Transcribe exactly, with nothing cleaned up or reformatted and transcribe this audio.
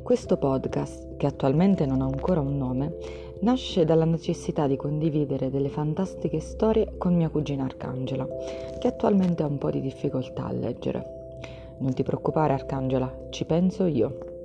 Questo podcast, che attualmente non ha ancora un nome, nasce dalla necessità di condividere delle fantastiche storie con mia cugina Arcangela, che attualmente ha un po' di difficoltà a leggere. Non ti preoccupare Arcangela, ci penso io.